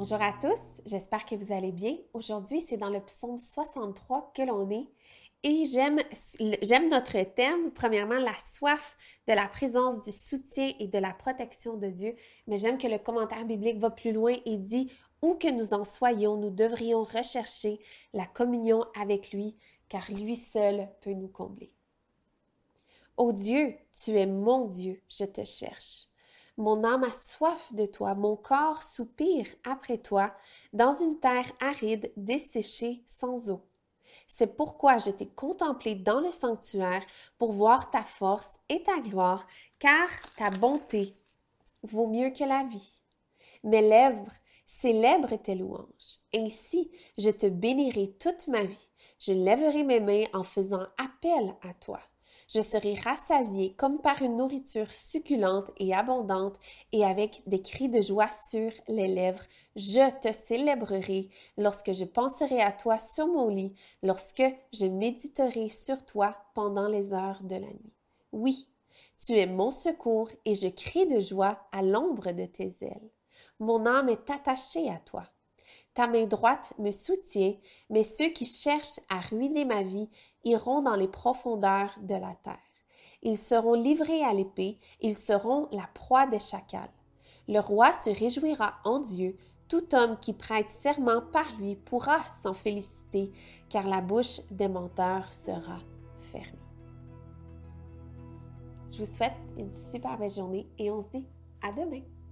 Bonjour à tous, j'espère que vous allez bien. Aujourd'hui, c'est dans le psaume 63 que l'on est et j'aime notre thème, premièrement la soif de la présence, du soutien et de la protection de Dieu, mais j'aime que le commentaire biblique va plus loin et dit où que nous en soyons, nous devrions rechercher la communion avec lui, car lui seul peut nous combler. Ô Dieu, tu es mon Dieu, je te cherche. Mon âme a soif de toi, mon corps soupire après toi, dans une terre aride, desséchée, sans eau. C'est pourquoi je t'ai contemplé dans le sanctuaire pour voir ta force et ta gloire, car ta bonté vaut mieux que la vie. Mes lèvres célèbrent tes louanges. Ainsi, je te bénirai toute ma vie. Je lèverai mes mains en faisant appel à toi. Je serai rassasiée comme par une nourriture succulente et abondante, et avec des cris de joie sur les lèvres, je te célébrerai lorsque je penserai à toi sur mon lit, lorsque je méditerai sur toi pendant les heures de la nuit. Oui, tu es mon secours et je crie de joie à l'ombre de tes ailes. Mon âme est attachée à toi. Ta main droite me soutient, mais ceux qui cherchent à ruiner ma vie iront dans les profondeurs de la terre. Ils seront livrés à l'épée, ils seront la proie des chacals. Le roi se réjouira en Dieu, tout homme qui prête serment par lui pourra s'en féliciter, car la bouche des menteurs sera fermée. Je vous souhaite une super belle journée et on se dit à demain!